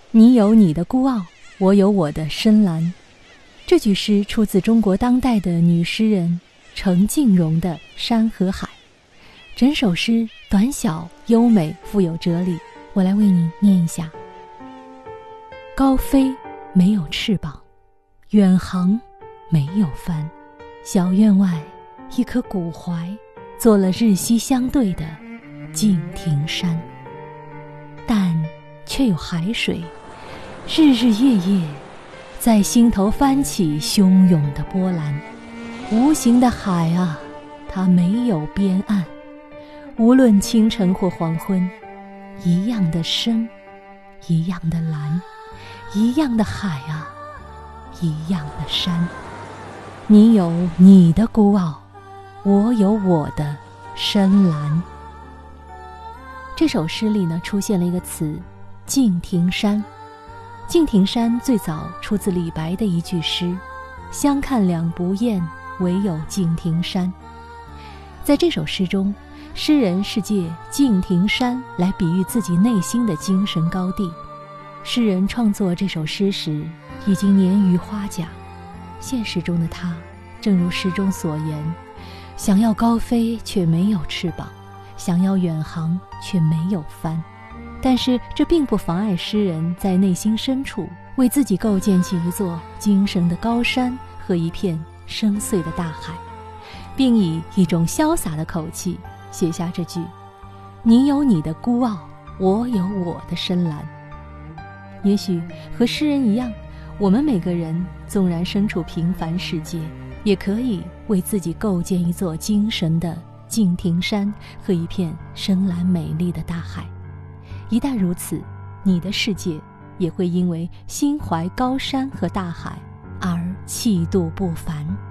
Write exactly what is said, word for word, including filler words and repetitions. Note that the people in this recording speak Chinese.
你有你的孤傲，我有我的深蓝。这句诗出自中国当代的女诗人程静蓉的《山和海》。整首诗短小优美，富有哲理，我来为你念一下。高飞没有翅膀，远航没有帆，小院外一棵古槐，做了日夕相对的敬亭山。但却有海水，日日夜夜在心头翻起汹涌的波澜。无形的海啊，它没有边岸，无论清晨或黄昏，一样的深，一样的蓝，一样的海啊，一样的山。你有你的孤傲，我有我的深蓝。这首诗里呢，出现了一个词敬亭山。敬亭山最早出自李白的一句诗，相看两不厌，唯有敬亭山。在这首诗中，诗人是借敬亭山来比喻自己内心的精神高地。诗人创作这首诗时已经年逾花甲，现实中的他正如诗中所言，想要高飞却没有翅膀，想要远航却没有帆。但是这并不妨碍诗人在内心深处为自己构建起一座精神的高山和一片深邃的大海，并以一种潇洒的口气写下这句：你有你的孤傲，我有我的深蓝。也许和诗人一样，我们每个人纵然身处平凡世界，也可以为自己构建一座精神的敬亭山和一片深蓝美丽的大海。一旦如此，你的世界也会因为心怀高山和大海而气度不凡。